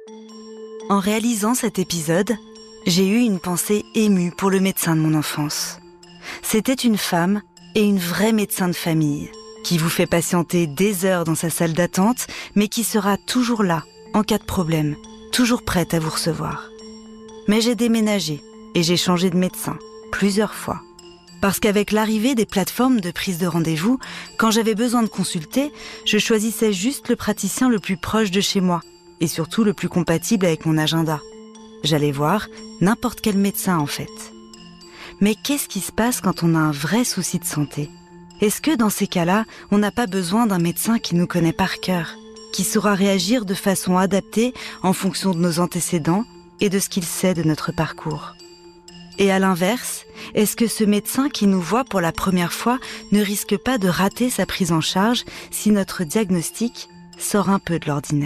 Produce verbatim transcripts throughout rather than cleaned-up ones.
En réalisant cet épisode, j'ai eu une pensée émue pour le médecin de mon enfance. C'était une femme et une vraie médecin de famille, qui vous fait patienter des heures dans sa salle d'attente, mais qui sera toujours là, en cas de problème, toujours prête à vous recevoir. Mais j'ai déménagé et j'ai changé de médecin, plusieurs fois. Parce qu'avec l'arrivée des plateformes de prise de rendez-vous, quand j'avais besoin de consulter, je choisissais juste le praticien le plus proche de chez moi, et surtout le plus compatible avec mon agenda. J'allais voir n'importe quel médecin en fait. Mais qu'est-ce qui se passe quand on a un vrai souci de santé ? Est-ce que dans ces cas-là, on n'a pas besoin d'un médecin qui nous connaît par cœur, qui saura réagir de façon adaptée en fonction de nos antécédents et de ce qu'il sait de notre parcours ? Et à l'inverse, est-ce que ce médecin qui nous voit pour la première fois ne risque pas de rater sa prise en charge si notre diagnostic sort un peu de l'ordinaire ?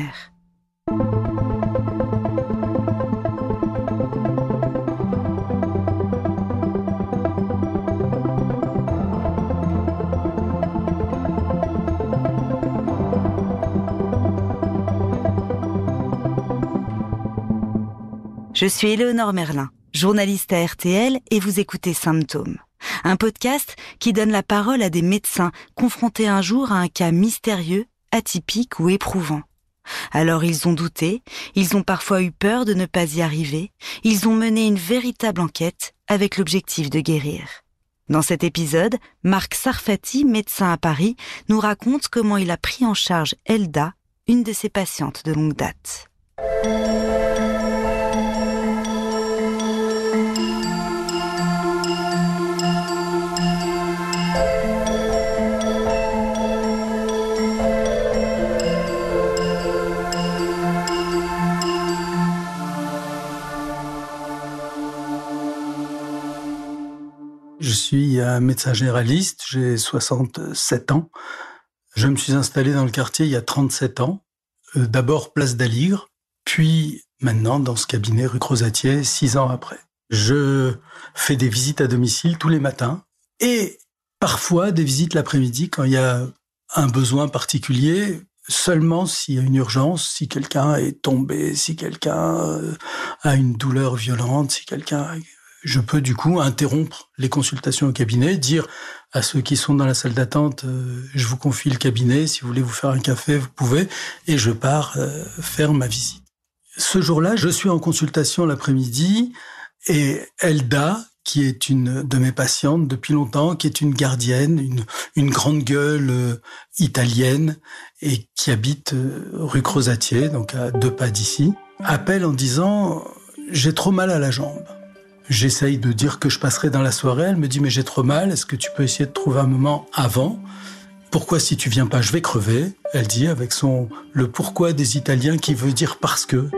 Je suis Éléonore Merlin, journaliste à R T L et vous écoutez Symptômes, un podcast qui donne la parole à des médecins confrontés un jour à un cas mystérieux, atypique ou éprouvant. Alors ils ont douté, ils ont parfois eu peur de ne pas y arriver, ils ont mené une véritable enquête avec l'objectif de guérir. Dans cet épisode, Marc Sarfati, médecin à Paris, nous raconte comment il a pris en charge Elda, une de ses patientes de longue date. Je suis un médecin généraliste, j'ai soixante-sept ans. Je me suis installé dans le quartier il y a trente-sept ans. Euh, d'abord place d'Aligre, puis maintenant dans ce cabinet rue Crozatier, six ans après. Je fais des visites à domicile tous les matins et parfois des visites l'après-midi quand il y a un besoin particulier, seulement s'il y a une urgence, si quelqu'un est tombé, si quelqu'un a une douleur violente, si quelqu'un... Je peux du coup interrompre les consultations au cabinet, dire à ceux qui sont dans la salle d'attente euh, « je vous confie le cabinet, si vous voulez vous faire un café, vous pouvez » et je pars euh, faire ma visite. Ce jour-là, je suis en consultation l'après-midi et Elda, qui est une de mes patientes depuis longtemps, qui est une gardienne, une, une grande gueule euh, italienne et qui habite euh, rue Crozatier, donc à deux pas d'ici, appelle en disant « j'ai trop mal à la jambe ». J'essaye de dire que je passerai dans la soirée. Elle me dit « mais j'ai trop mal, est-ce que tu peux essayer de trouver un moment avant ? Pourquoi si tu viens pas, je vais crever ?» Elle dit avec son le pourquoi des Italiens qui veut dire parce que.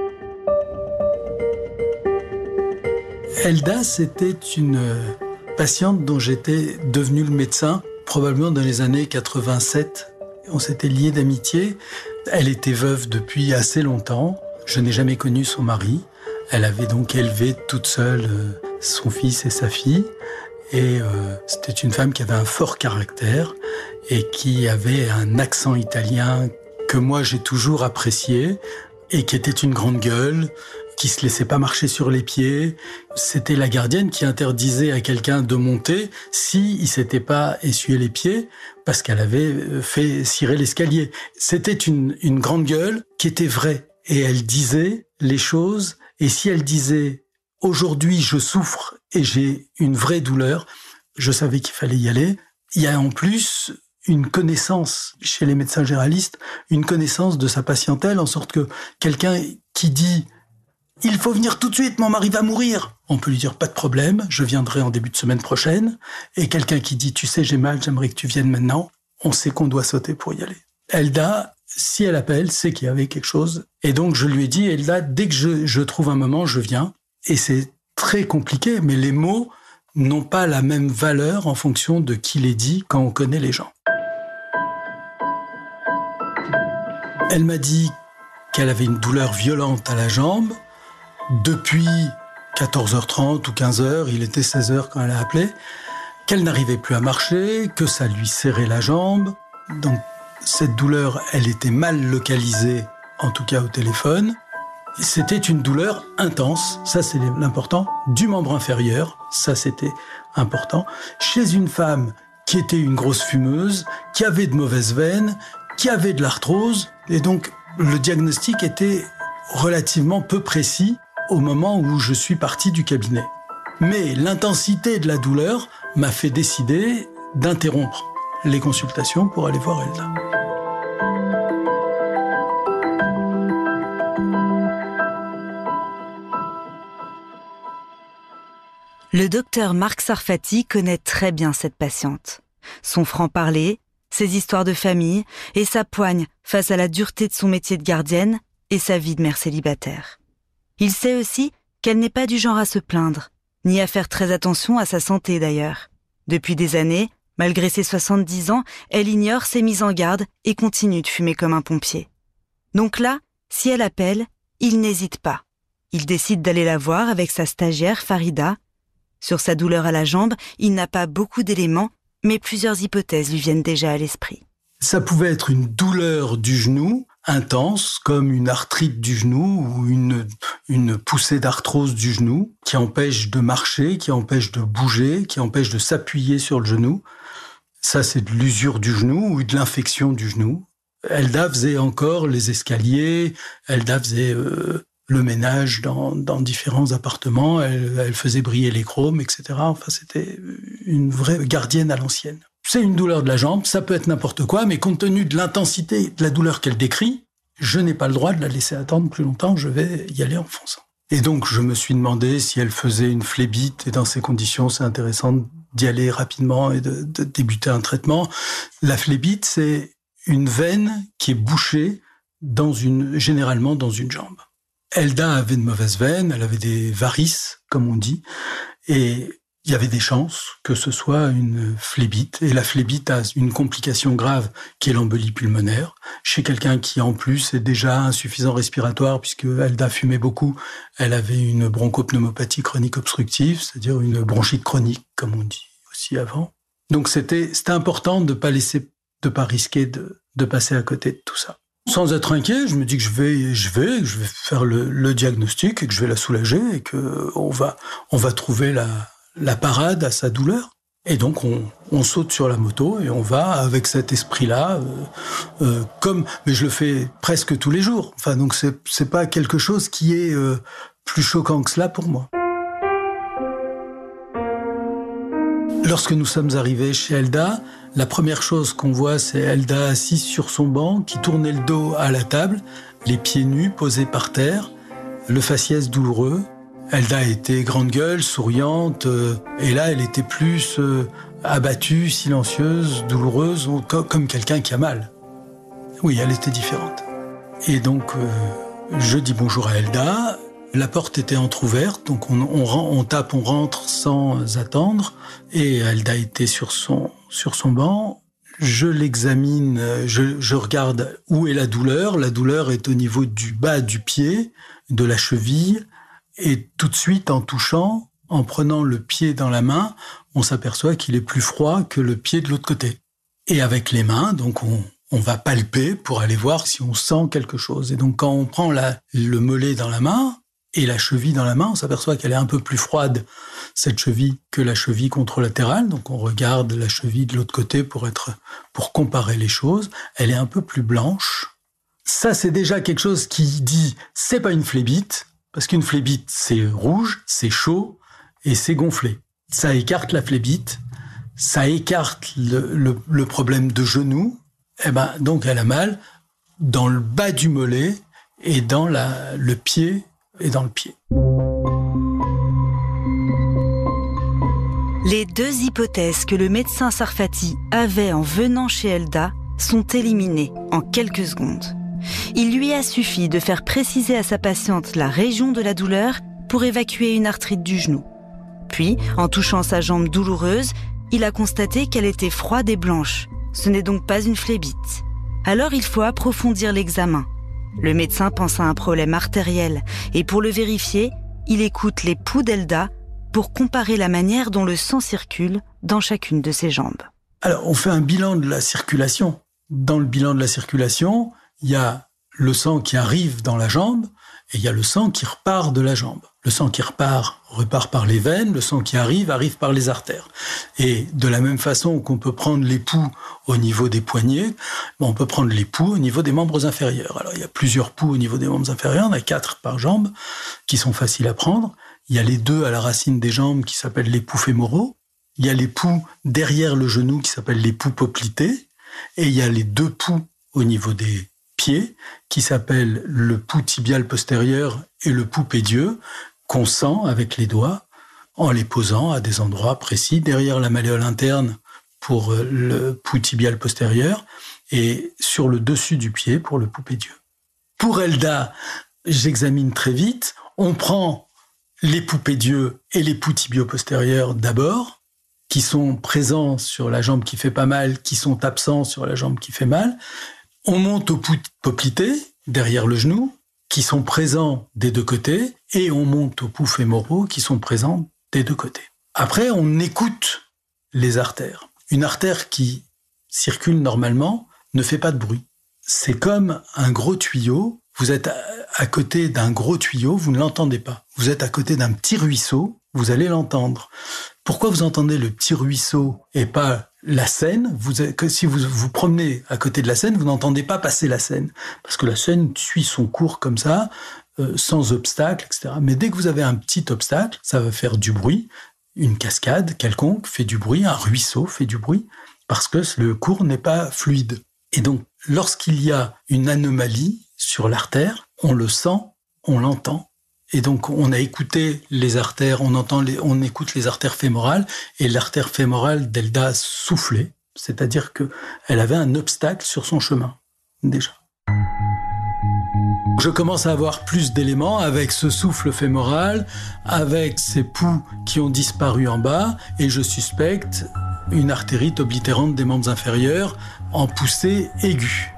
Elda, c'était une patiente dont j'étais devenu le médecin, probablement dans les années quatre-vingt-sept. On s'était liés d'amitié. Elle était veuve depuis assez longtemps. Je n'ai jamais connu son mari. Elle avait donc élevé toute seule euh, son fils et sa fille. Et euh, c'était une femme qui avait un fort caractère et qui avait un accent italien que moi j'ai toujours apprécié et qui était une grande gueule, qui se laissait pas marcher sur les pieds. C'était la gardienne qui interdisait à quelqu'un de monter si il s'était pas essuyé les pieds parce qu'elle avait fait cirer l'escalier. C'était une, une grande gueule qui était vraie et elle disait les choses. Et si elle disait « aujourd'hui, je souffre et j'ai une vraie douleur », je savais qu'il fallait y aller. Il y a en plus une connaissance chez les médecins généralistes, une connaissance de sa patientèle, en sorte que quelqu'un qui dit « il faut venir tout de suite, mon mari va mourir », on peut lui dire « pas de problème, je viendrai en début de semaine prochaine ». Et quelqu'un qui dit « tu sais, j'ai mal, j'aimerais que tu viennes maintenant », on sait qu'on doit sauter pour y aller. Elda, si elle appelle, c'est qu'il y avait quelque chose. Et donc, je lui ai dit, Elda, dès que je, je trouve un moment, je viens. Et c'est très compliqué, mais les mots n'ont pas la même valeur en fonction de qui les dit quand on connaît les gens. Elle m'a dit qu'elle avait une douleur violente à la jambe. Depuis quatorze heures trente ou quinze heures, il était seize heures quand elle a appelé, qu'elle n'arrivait plus à marcher, que ça lui serrait la jambe. Donc, cette douleur, elle était mal localisée, en tout cas au téléphone. C'était une douleur intense, ça c'est l'important, du membre inférieur, ça c'était important, chez une femme qui était une grosse fumeuse, qui avait de mauvaises veines, qui avait de l'arthrose, et donc le diagnostic était relativement peu précis au moment où je suis parti du cabinet. Mais l'intensité de la douleur m'a fait décider d'interrompre les consultations pour aller voir Elda. Le docteur Marc Sarfati connaît très bien cette patiente. Son franc-parler, ses histoires de famille et sa poigne face à la dureté de son métier de gardienne et sa vie de mère célibataire. Il sait aussi qu'elle n'est pas du genre à se plaindre, ni à faire très attention à sa santé d'ailleurs. Depuis des années, malgré ses soixante-dix ans, elle ignore ses mises en garde et continue de fumer comme un pompier. Donc là, si elle appelle, il n'hésite pas. Il décide d'aller la voir avec sa stagiaire Farida. Sur sa douleur à la jambe, il n'a pas beaucoup d'éléments, mais plusieurs hypothèses lui viennent déjà à l'esprit. Ça pouvait être une douleur du genou intense, comme une arthrite du genou ou une, une poussée d'arthrose du genou qui empêche de marcher, qui empêche de bouger, qui empêche de s'appuyer sur le genou. Ça, c'est de l'usure du genou ou de l'infection du genou. Elda faisait encore les escaliers, Elda faisait euh, le ménage dans, dans différents appartements, elle, elle faisait briller les chromes, et cetera. Enfin, c'était une vraie gardienne à l'ancienne. C'est une douleur de la jambe, ça peut être n'importe quoi, mais compte tenu de l'intensité de la douleur qu'elle décrit, je n'ai pas le droit de la laisser attendre plus longtemps, je vais y aller en fonçant. Et donc, je me suis demandé si elle faisait une phlébite, et dans ces conditions, c'est intéressant d'y aller rapidement et de, de débuter un traitement. La phlébite, c'est une veine qui est bouchée dans une, généralement dans une jambe. Elda avait de mauvaises veines, elle avait des varices, comme on dit, et il y avait des chances que ce soit une phlébite. Et la phlébite a une complication grave qui est l'embolie pulmonaire. Chez quelqu'un qui, en plus, est déjà insuffisant respiratoire, puisque Elda fumait beaucoup, elle avait une bronchopneumopathie chronique obstructive, c'est-à-dire une bronchite chronique, comme on dit aussi avant. Donc c'était, c'était important de pas laisser, de pas risquer de, de passer à côté de tout ça. Sans être inquiet, je me dis que je vais, je vais, que je vais faire le, le diagnostic et que je vais la soulager et que on va, on va trouver la, la parade à sa douleur. Et donc on, on saute sur la moto et on va avec cet esprit-là, euh, euh, comme, mais je le fais presque tous les jours. Enfin donc c'est, c'est pas quelque chose qui est euh, plus choquant que cela pour moi. Lorsque nous sommes arrivés chez Elda, la première chose qu'on voit, c'est Elda assise sur son banc, qui tournait le dos à la table, les pieds nus posés par terre, le faciès douloureux. Elda était grande gueule, souriante, euh, et là, elle était plus euh, abattue, silencieuse, douloureuse, comme, comme quelqu'un qui a mal. Oui, elle était différente. Et donc, euh, je dis bonjour à Elda. La porte était entrouverte, donc on, on, on tape, on rentre sans attendre. Et Elda était sur son, sur son banc. Je l'examine, je, je regarde où est la douleur. La douleur est au niveau du bas du pied, de la cheville. Et tout de suite, en touchant, en prenant le pied dans la main, on s'aperçoit qu'il est plus froid que le pied de l'autre côté. Et avec les mains, donc on, on va palper pour aller voir si on sent quelque chose. Et donc quand on prend la, le mollet dans la main, et la cheville dans la main, on s'aperçoit qu'elle est un peu plus froide, cette cheville, que la cheville contralatérale. Donc on regarde la cheville de l'autre côté pour être, pour comparer les choses. Elle est un peu plus blanche. Ça, c'est déjà quelque chose qui dit, c'est pas une phlébite, parce qu'une phlébite, c'est rouge, c'est chaud et c'est gonflé. Ça écarte la phlébite, ça écarte le, le, le problème de genou. Et ben, donc elle a mal dans le bas du mollet et dans la, le pied et dans le pied. Les deux hypothèses que le médecin Sarfati avait en venant chez Elda sont éliminées en quelques secondes. Il lui a suffi de faire préciser à sa patiente la région de la douleur pour évacuer une arthrite du genou. Puis, en touchant sa jambe douloureuse, il a constaté qu'elle était froide et blanche. Ce n'est donc pas une phlébite. Alors il faut approfondir l'examen. Le médecin pense à un problème artériel et pour le vérifier, il écoute les pouls d'Elda pour comparer la manière dont le sang circule dans chacune de ses jambes. Alors, on fait un bilan de la circulation. Dans le bilan de la circulation, il y a le sang qui arrive dans la jambe et il y a le sang qui repart de la jambe. Le sang qui repart, repart par les veines, le sang qui arrive, arrive par les artères. Et de la même façon qu'on peut prendre les pouls au niveau des poignets, on peut prendre les pouls au niveau des membres inférieurs. Alors, il y a plusieurs pouls au niveau des membres inférieurs, on a quatre par jambe, qui sont faciles à prendre. Il y a les deux à la racine des jambes qui s'appellent les pouls fémoraux. Il y a les pouls derrière le genou qui s'appellent les pouls poplités. Et il y a les deux pouls au niveau des pieds qui s'appellent le pouls tibial postérieur et le pouls pédieux, qu'on sent avec les doigts en les posant à des endroits précis, derrière la malléole interne pour le pouls tibial postérieur et sur le dessus du pied pour le pouls pédieux. Pour Elda, j'examine très vite. On prend les pouls pédieux et les pouls tibio-postérieurs d'abord, qui sont présents sur la jambe qui fait pas mal, qui sont absents sur la jambe qui fait mal. On monte aux pouls poplités, derrière le genou, qui sont présents des deux côtés, et on monte aux pouls fémoraux qui sont présents des deux côtés. Après, on écoute les artères. Une artère qui circule normalement ne fait pas de bruit. C'est comme un gros tuyau. Vous êtes à côté d'un gros tuyau, vous ne l'entendez pas. Vous êtes à côté d'un petit ruisseau, vous allez l'entendre. Pourquoi vous entendez le petit ruisseau et pas la Seine? Vous, que si vous vous promenez à côté de la Seine, vous n'entendez pas passer la Seine. Parce que la Seine suit son cours comme ça, euh, sans obstacle, et cetera. Mais dès que vous avez un petit obstacle, ça va faire du bruit. Une cascade quelconque fait du bruit, un ruisseau fait du bruit, parce que le cours n'est pas fluide. Et donc, lorsqu'il y a une anomalie sur l'artère, on le sent, on l'entend. Et donc, on a écouté les artères, on entend les, on écoute les artères fémorales, et l'artère fémorale d'Elda soufflait, c'est-à-dire que elle avait un obstacle sur son chemin, déjà. Je commence à avoir plus d'éléments avec ce souffle fémoral, avec ces pouls qui ont disparu en bas, et je suspecte une artérite oblitérante des membres inférieurs en poussée aiguë.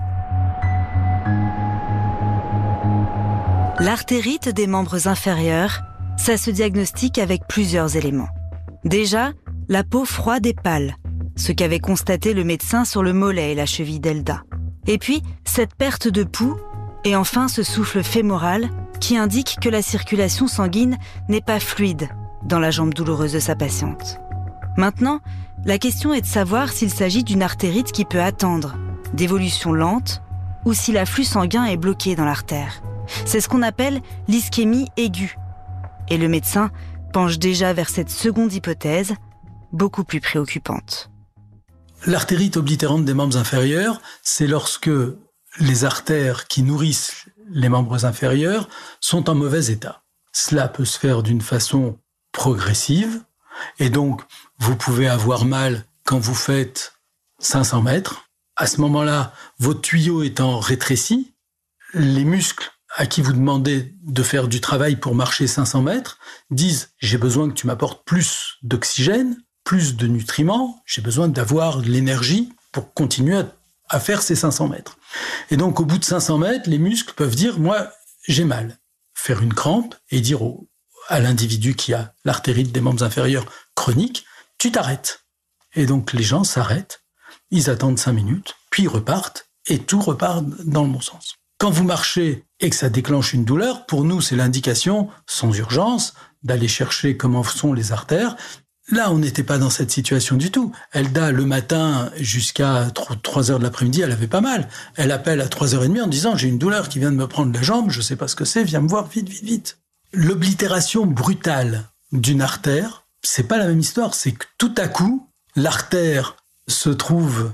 L'artérite des membres inférieurs, ça se diagnostique avec plusieurs éléments. Déjà, la peau froide et pâle, ce qu'avait constaté le médecin sur le mollet et la cheville d'Elda. Et puis, cette perte de pouls, et enfin ce souffle fémoral qui indique que la circulation sanguine n'est pas fluide dans la jambe douloureuse de sa patiente. Maintenant, la question est de savoir s'il s'agit d'une artérite qui peut attendre, d'évolution lente, ou si l'afflux sanguin est bloqué dans l'artère. C'est ce qu'on appelle l'ischémie aiguë. Et le médecin penche déjà vers cette seconde hypothèse, beaucoup plus préoccupante. L'artérite oblitérante des membres inférieurs, c'est lorsque les artères qui nourrissent les membres inférieurs sont en mauvais état. Cela peut se faire d'une façon progressive, et donc vous pouvez avoir mal quand vous faites cinq cents mètres. À ce moment-là, votre tuyau étant rétréci, les muscles à qui vous demandez de faire du travail pour marcher cinq cents mètres, disent « j'ai besoin que tu m'apportes plus d'oxygène, plus de nutriments, j'ai besoin d'avoir de l'énergie pour continuer à, à faire ces cinq cents mètres ». Et donc, au bout de cinq cents mètres, les muscles peuvent dire « moi, j'ai mal ». Faire une crampe et dire au, à l'individu qui a l'artérite des membres inférieurs chronique « tu t'arrêtes ». Et donc, les gens s'arrêtent, ils attendent cinq minutes, puis ils repartent, et tout repart dans le bon sens. Quand vous marchez et que ça déclenche une douleur, pour nous, c'est l'indication, sans urgence, d'aller chercher comment sont les artères. Là, on n'était pas dans cette situation du tout. Elda, le matin, jusqu'à trois heures de l'après-midi, elle avait pas mal. Elle appelle à trois heures trente en disant « j'ai une douleur qui vient de me prendre la jambe, je sais pas ce que c'est, viens me voir vite, vite, vite ». L'oblitération brutale d'une artère, c'est pas la même histoire. C'est que tout à coup, l'artère se trouve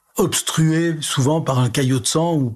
obstrué souvent par un caillot de sang, ou,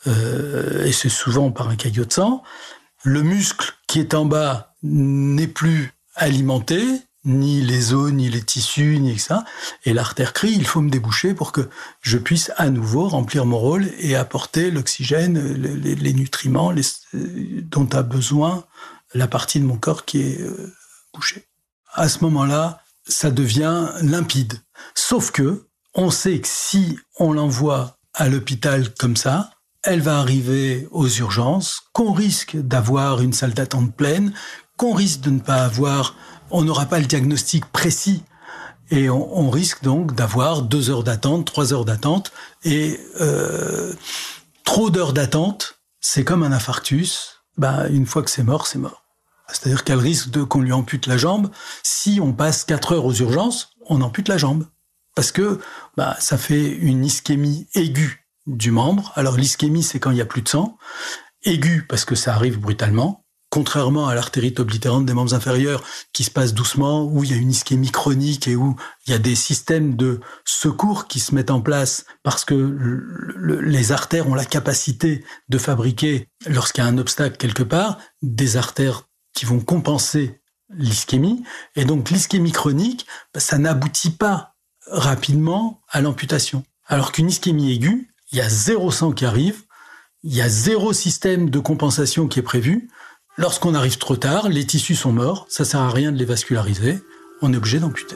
euh, et c'est souvent par un caillot de sang. Le muscle qui est en bas n'est plus alimenté, ni les os, ni les tissus, ni ça. Et l'artère crie, il faut me déboucher pour que je puisse à nouveau remplir mon rôle et apporter l'oxygène, les, les nutriments les, dont a besoin la partie de mon corps qui est euh, bouchée. À ce moment-là, ça devient limpide. Sauf que, on sait que si on l'envoie à l'hôpital comme ça, elle va arriver aux urgences, qu'on risque d'avoir une salle d'attente pleine, qu'on risque de ne pas avoir, on n'aura pas le diagnostic précis, et on, on risque donc d'avoir deux heures d'attente, trois heures d'attente, et euh, trop d'heures d'attente, c'est comme un infarctus, ben, une fois que c'est mort, c'est mort. C'est-à-dire qu'elle risque de qu'on lui ampute la jambe. Si on passe quatre heures aux urgences, on ampute la jambe. Parce que ben, ça fait une ischémie aiguë du membre. Alors l'ischémie, c'est quand il n'y a plus de sang. Aiguë, parce que ça arrive brutalement. Contrairement à l'artérite oblitérante des membres inférieurs qui se passe doucement, où il y a une ischémie chronique et où il y a des systèmes de secours qui se mettent en place parce que le, le, les artères ont la capacité de fabriquer, lorsqu'il y a un obstacle quelque part, des artères qui vont compenser l'ischémie. Et donc l'ischémie chronique, ça n'aboutit pas rapidement à l'amputation. Alors qu'une ischémie aiguë, il y a zéro sang qui arrive, il y a zéro système de compensation qui est prévu. Lorsqu'on arrive trop tard, les tissus sont morts, ça sert à rien de les vasculariser, on est obligé d'amputer.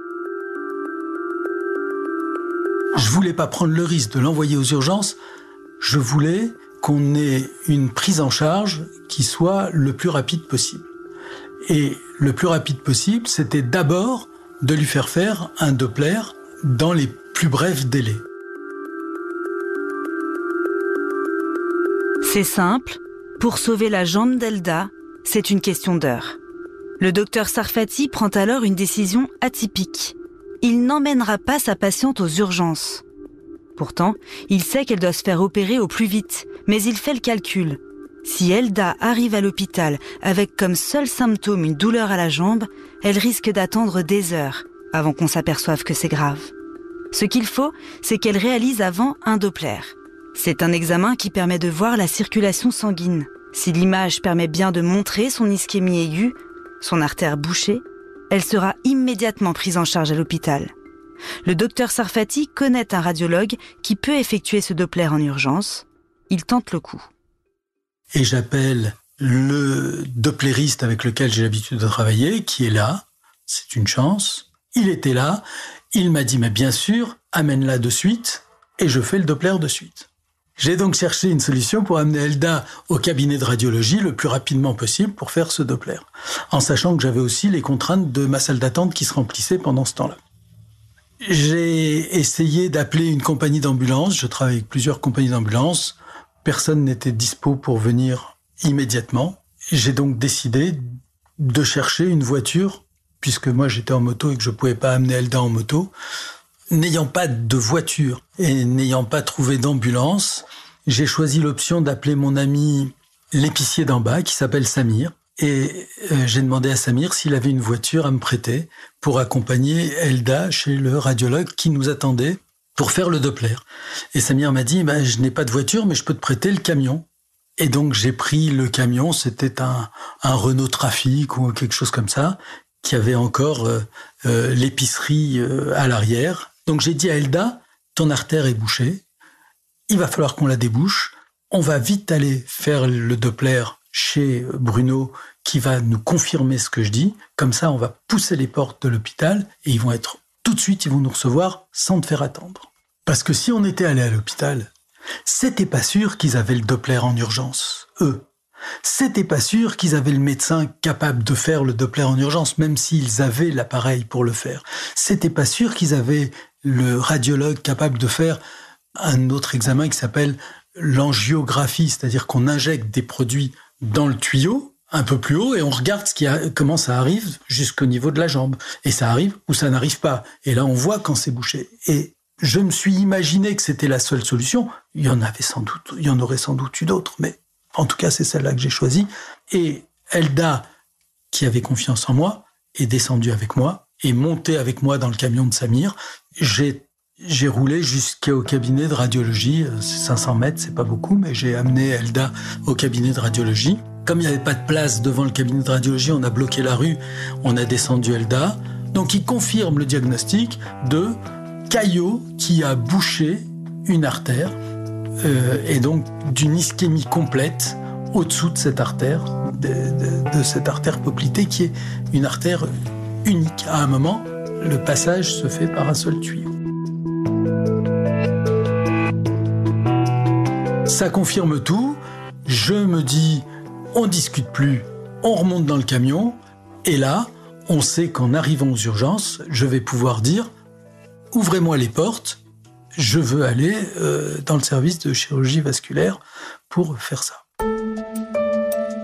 Je voulais pas prendre le risque de l'envoyer aux urgences, je voulais qu'on ait une prise en charge qui soit le plus rapide possible. Et le plus rapide possible, c'était d'abord de lui faire faire un Doppler dans les plus brefs délais. C'est simple. Pour sauver la jambe d'Elda, c'est une question d'heure. Le docteur Sarfati prend alors une décision atypique. Il n'emmènera pas sa patiente aux urgences. Pourtant, il sait qu'elle doit se faire opérer au plus vite, mais il fait le calcul. Si Elda arrive à l'hôpital avec comme seul symptôme une douleur à la jambe, elle risque d'attendre des heures avant qu'on s'aperçoive que c'est grave. Ce qu'il faut, c'est qu'elle réalise avant un Doppler. C'est un examen qui permet de voir la circulation sanguine. Si l'image permet bien de montrer son ischémie aiguë, son artère bouchée, elle sera immédiatement prise en charge à l'hôpital. Le docteur Sarfati connaît un radiologue qui peut effectuer ce Doppler en urgence. Il tente le coup. Et j'appelle le dopplériste avec lequel j'ai l'habitude de travailler, qui est là. C'est une chance. Il était là. Il m'a dit, mais bien sûr, amène-la de suite. Et je fais le Doppler de suite. J'ai donc cherché une solution pour amener Elda au cabinet de radiologie le plus rapidement possible pour faire ce Doppler, en sachant que j'avais aussi les contraintes de ma salle d'attente qui se remplissait pendant ce temps-là. J'ai essayé d'appeler une compagnie d'ambulance, je travaille avec plusieurs compagnies d'ambulance, personne n'était dispo pour venir immédiatement. J'ai donc décidé de chercher une voiture, puisque moi j'étais en moto et que je ne pouvais pas amener Elda en moto. N'ayant pas de voiture et n'ayant pas trouvé d'ambulance, j'ai choisi l'option d'appeler mon ami l'épicier d'en bas, qui s'appelle Samir. Et euh, j'ai demandé à Samir s'il avait une voiture à me prêter pour accompagner Elda chez le radiologue qui nous attendait pour faire le Doppler. Et Samir m'a dit, bah, je n'ai pas de voiture, mais je peux te prêter le camion. Et donc j'ai pris le camion, c'était un, un Renault Trafic ou quelque chose comme ça, qui avait encore euh, euh, l'épicerie euh, à l'arrière. Donc j'ai dit à Elda, ton artère est bouchée, il va falloir qu'on la débouche, on va vite aller faire le Doppler chez Bruno qui va nous confirmer ce que je dis, comme ça on va pousser les portes de l'hôpital et ils vont être tout de suite, ils vont nous recevoir sans te faire attendre. Parce que si on était allé à l'hôpital, c'était pas sûr qu'ils avaient le Doppler en urgence, eux. C'était pas sûr qu'ils avaient le médecin capable de faire le Doppler en urgence, même s'ils avaient l'appareil pour le faire. C'était pas sûr qu'ils avaient le radiologue capable de faire un autre examen qui s'appelle l'angiographie, c'est-à-dire qu'on injecte des produits dans le tuyau, un peu plus haut, et on regarde ce qui a, comment ça arrive jusqu'au niveau de la jambe. Et ça arrive ou ça n'arrive pas. Et là, on voit quand c'est bouché. Et je me suis imaginé que c'était la seule solution. Il y en avait sans doute, il y en aurait sans doute eu d'autres, mais en tout cas, c'est celle-là que j'ai choisie. Et Elda, qui avait confiance en moi, est descendue avec moi, est montée avec moi dans le camion de Samir. J'ai, j'ai roulé jusqu'au cabinet de radiologie. C'est cinq cents mètres, c'est pas beaucoup, mais j'ai amené Elda au cabinet de radiologie. Comme il n'y avait pas de place devant le cabinet de radiologie, on a bloqué la rue, on a descendu Elda. Donc il confirme le diagnostic de caillot qui a bouché une artère. Euh, et donc d'une ischémie complète au-dessous de cette artère, de, de, de cette artère poplitée qui est une artère unique. À un moment, le passage se fait par un seul tuyau. Ça confirme tout. Je me dis, on discute plus, on remonte dans le camion, et là, on sait qu'en arrivant aux urgences, je vais pouvoir dire, ouvrez-moi les portes, je veux aller euh, dans le service de chirurgie vasculaire pour faire ça.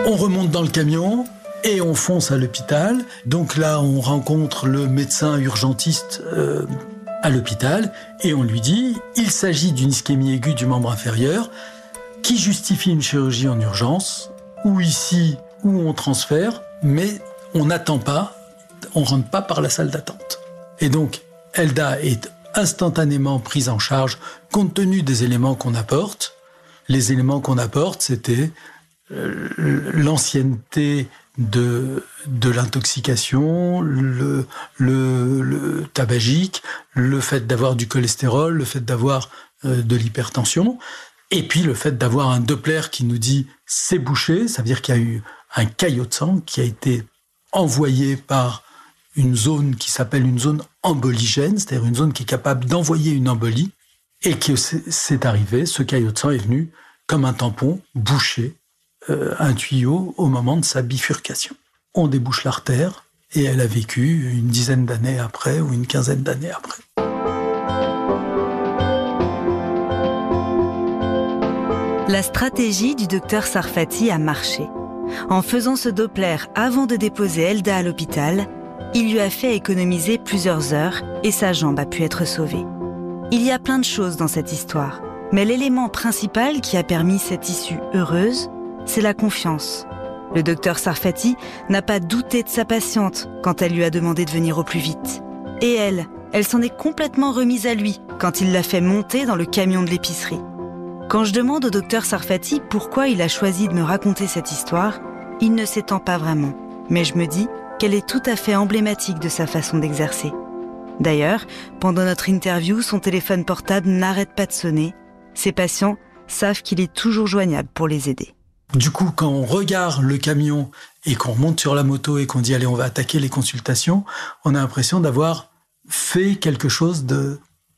On remonte dans le camion et on fonce à l'hôpital. Donc là, on rencontre le médecin urgentiste euh, à l'hôpital et on lui dit « Il s'agit d'une ischémie aiguë du membre inférieur qui justifie une chirurgie en urgence ou ici où on transfère, mais on n'attend pas, on ne rentre pas par la salle d'attente. » Et donc, Elda est instantanément prise en charge compte tenu des éléments qu'on apporte. Les éléments qu'on apporte, c'était l'ancienneté de, de l'intoxication, le, le, le tabagique, le fait d'avoir du cholestérol, le fait d'avoir euh, de l'hypertension, et puis le fait d'avoir un Doppler qui nous dit « c'est bouché », ça veut dire qu'il y a eu un caillot de sang qui a été envoyé par une zone qui s'appelle une zone emboligène, c'est-à-dire une zone qui est capable d'envoyer une embolie, et que c'est, c'est arrivé, ce caillot de sang est venu comme un tampon, boucher euh, un tuyau au moment de sa bifurcation. On débouche l'artère, et elle a vécu une dizaine d'années après, ou une quinzaine d'années après. La stratégie du docteur Sarfati a marché. En faisant ce Doppler avant de déposer Elda à l'hôpital, il lui a fait économiser plusieurs heures et sa jambe a pu être sauvée. Il y a plein de choses dans cette histoire, mais l'élément principal qui a permis cette issue heureuse, c'est la confiance. Le docteur Sarfati n'a pas douté de sa patiente quand elle lui a demandé de venir au plus vite. Et elle, elle s'en est complètement remise à lui quand il l'a fait monter dans le camion de l'épicerie. Quand je demande au docteur Sarfati pourquoi il a choisi de me raconter cette histoire, il ne s'étend pas vraiment, mais je me dis qu'elle est tout à fait emblématique de sa façon d'exercer. D'ailleurs, pendant notre interview, son téléphone portable n'arrête pas de sonner. Ses patients savent qu'il est toujours joignable pour les aider. Du coup, quand on regarde le camion et qu'on monte sur la moto et qu'on dit « allez, on va attaquer les consultations », on a l'impression d'avoir fait quelque chose de,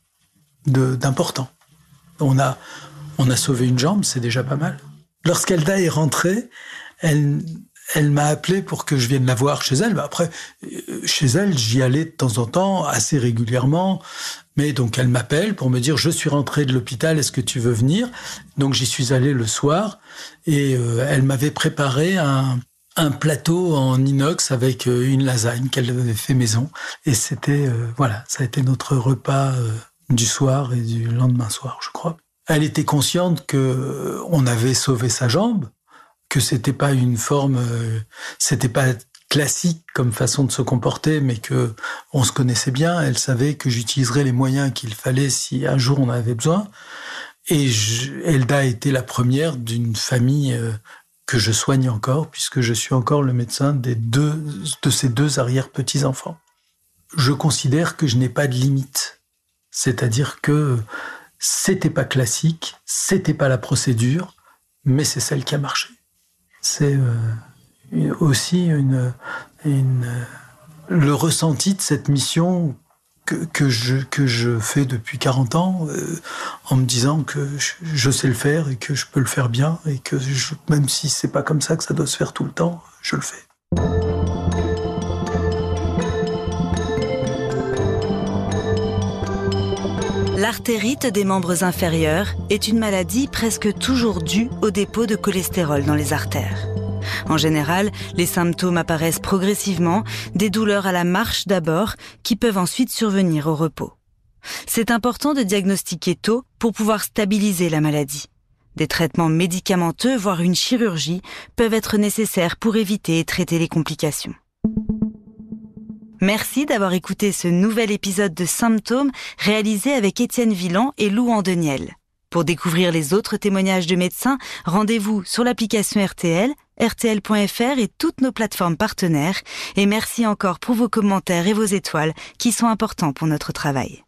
de, d'important. On a, on a sauvé une jambe, c'est déjà pas mal. Lorsqu'Elda est rentrée, elle, elle m'a appelé pour que je vienne la voir chez elle. Après, chez elle, j'y allais de temps en temps, assez régulièrement. Mais donc, elle m'appelle pour me dire « je suis rentrée de l'hôpital, est-ce que tu veux venir ?» Donc, j'y suis allé le soir et euh, elle m'avait préparé un, un plateau en inox avec euh, une lasagne qu'elle avait fait maison. Et c'était, euh, voilà, ça a été notre repas euh, du soir et du lendemain soir, je crois. Elle était consciente que euh, on avait sauvé sa jambe, que c'était pas une forme, euh, c'était pas classique comme façon de se comporter, mais que on se connaissait bien. Elle savait que j'utiliserais les moyens qu'il fallait si un jour on en avait besoin. Et je, Elda était la première d'une famille euh, que je soigne encore, puisque je suis encore le médecin des deux, de ces deux arrière-petits-enfants. Je considère que je n'ai pas de limite. C'est-à-dire que c'était pas classique, c'était pas la procédure, mais c'est celle qui a marché. C'est euh, aussi une, une, le ressenti de cette mission que, que, je, que je fais depuis quarante ans, euh, en me disant que je, je sais le faire et que je peux le faire bien, et que je, même si c'est pas comme ça que ça doit se faire tout le temps, je le fais. L'artérite des membres inférieurs est une maladie presque toujours due au dépôt de cholestérol dans les artères. En général, les symptômes apparaissent progressivement, des douleurs à la marche d'abord, qui peuvent ensuite survenir au repos. C'est important de diagnostiquer tôt pour pouvoir stabiliser la maladie. Des traitements médicamenteux, voire une chirurgie, peuvent être nécessaires pour éviter et traiter les complications. Merci d'avoir écouté ce nouvel épisode de Symptômes réalisé avec Étienne Villan et Lou Andeniel. Pour découvrir les autres témoignages de médecins, rendez-vous sur l'application R T L, R T L point F R et toutes nos plateformes partenaires. Et merci encore pour vos commentaires et vos étoiles qui sont importants pour notre travail.